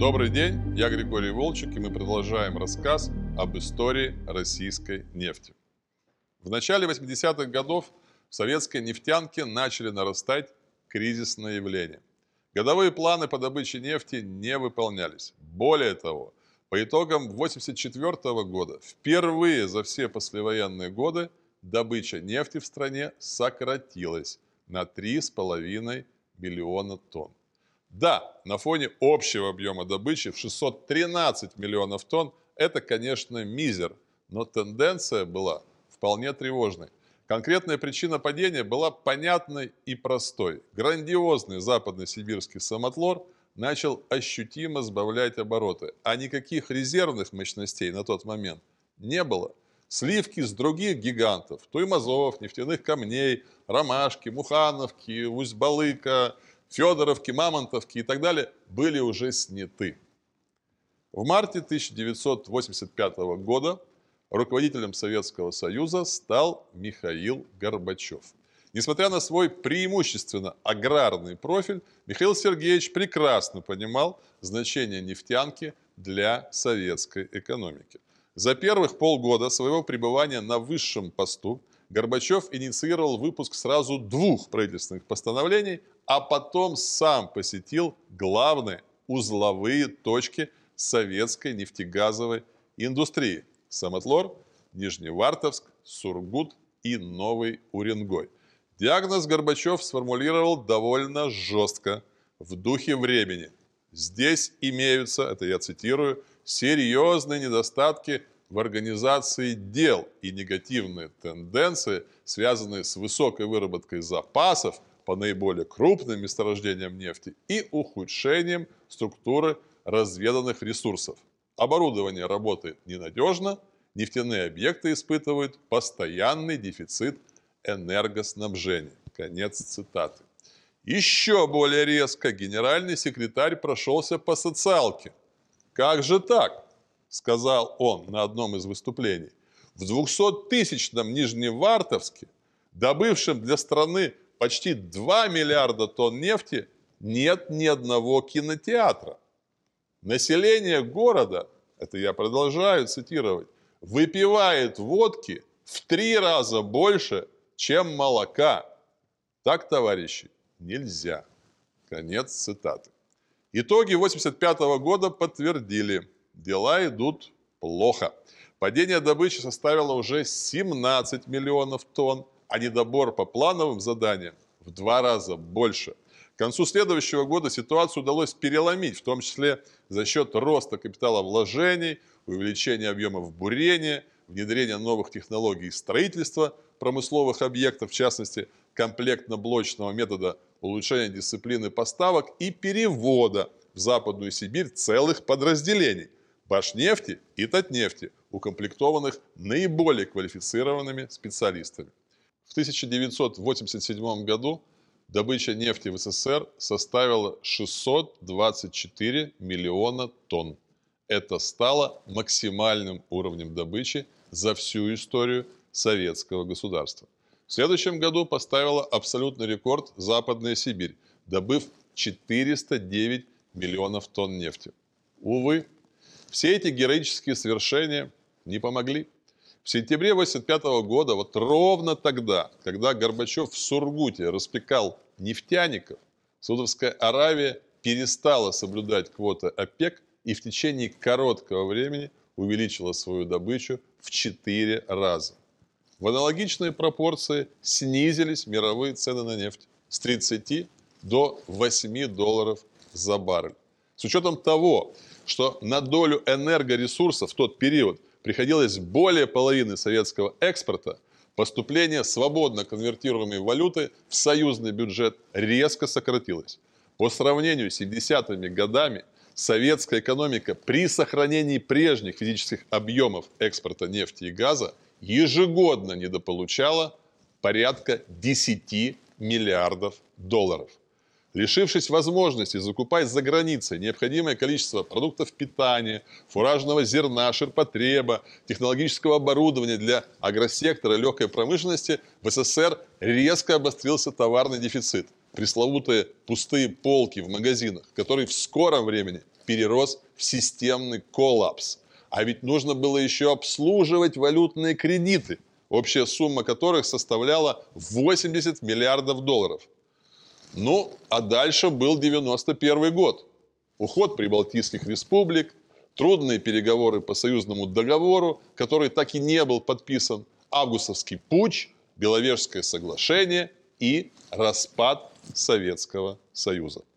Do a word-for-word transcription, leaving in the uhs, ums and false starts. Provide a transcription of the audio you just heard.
Добрый день, я Григорий Волчек, и мы продолжаем рассказ об истории российской нефти. В начале восьмидесятых годов в советской нефтянке начали нарастать кризисные явления. Годовые планы по добыче нефти не выполнялись. Более того, по итогам восемьдесят четвёртого года впервые за все послевоенные годы добыча нефти в стране сократилась на три с половиной миллиона тонн. Да, на фоне общего объема добычи в шестьсот тринадцать миллионов тонн это, конечно, мизер, но тенденция была вполне тревожной. Конкретная причина падения была понятной и простой. Грандиозный западно-сибирский самотлор начал ощутимо сбавлять обороты, а никаких резервных мощностей на тот момент не было. Сливки с других гигантов, Туймазов, нефтяных камней, Ромашки, Мухановки, Усть-Балыка, Федоровки, Мамонтовки и так далее были уже сняты. В марте тысяча девятьсот восемьдесят пятого года руководителем Советского Союза стал Михаил Горбачев. Несмотря на свой преимущественно аграрный профиль, Михаил Сергеевич прекрасно понимал значение нефтянки для советской экономики. За первых полгода своего пребывания на высшем посту Горбачев инициировал выпуск сразу двух правительственных постановлений, а потом сам посетил главные узловые точки советской нефтегазовой индустрии – Самотлор, Нижневартовск, Сургут и Новый Уренгой. Диагноз Горбачев сформулировал довольно жестко, в духе времени. Здесь имеются, это я цитирую, серьезные недостатки в организации дел и негативные тенденции, связанные с высокой выработкой запасов по наиболее крупным месторождениям нефти и ухудшением структуры разведанных ресурсов. Оборудование работает ненадежно, нефтяные объекты испытывают постоянный дефицит энергоснабжения. Конец цитаты. Еще более резко генеральный секретарь прошелся по социалке. «Как же так?» – сказал он на одном из выступлений. «В двухсоттысячном Нижневартовске, добывшем для страны почти два миллиарда тонн нефти, нет ни одного кинотеатра. Население города, это я продолжаю цитировать, выпивает водки в три раза больше, чем молока. Так, товарищи, нельзя». Конец цитаты. Итоги восемьдесят пятого года подтвердили, дела идут плохо. Падение добычи составило уже семнадцать миллионов тонн, а недобор по плановым заданиям в два раза больше. К концу следующего года ситуацию удалось переломить, в том числе за счет роста капиталовложений, увеличения объемов бурения, внедрения новых технологий строительства промысловых объектов, в частности, комплектно-блочного метода улучшения дисциплины поставок и перевода в Западную Сибирь целых подразделений Башнефти и Татнефти, укомплектованных наиболее квалифицированными специалистами. В тысяча девятьсот восемьдесят седьмом году добыча нефти в СССР составила шестьсот двадцать четыре миллиона тонн. Это стало максимальным уровнем добычи за всю историю советского государства. В следующем году поставила абсолютный рекорд Западная Сибирь, добыв четыреста девять миллионов тонн нефти. Увы, все эти героические свершения не помогли. В сентябре восемьдесят пятого года, вот ровно тогда, когда Горбачев в Сургуте распекал нефтяников, Саудовская Аравия перестала соблюдать квоты ОПЕК и в течение короткого времени увеличила свою добычу в четыре раза. В аналогичные пропорции снизились мировые цены на нефть с тридцати до восьми долларов за баррель. С учетом того, что на долю энергоресурсов в тот период приходилось более половины советского экспорта, поступление свободно конвертируемой валюты в союзный бюджет резко сократилось. По сравнению с семидесятыми годами советская экономика при сохранении прежних физических объемов экспорта нефти и газа ежегодно недополучала порядка десяти миллиардов долларов. Лишившись возможности закупать за границей необходимое количество продуктов питания, фуражного зерна, ширпотреба, технологического оборудования для агросектора и легкой промышленности, в СССР резко обострился товарный дефицит. пресловутые пустые полки в магазинах, который в скором времени перерос в системный коллапс. А ведь нужно было еще обслуживать валютные кредиты, общая сумма которых составляла восемьдесят миллиардов долларов. Ну, а дальше был девяносто первый год. Уход прибалтийских республик, трудные переговоры по союзному договору, который так и не был подписан, августовский путч, Беловежское соглашение и распад Советского Союза.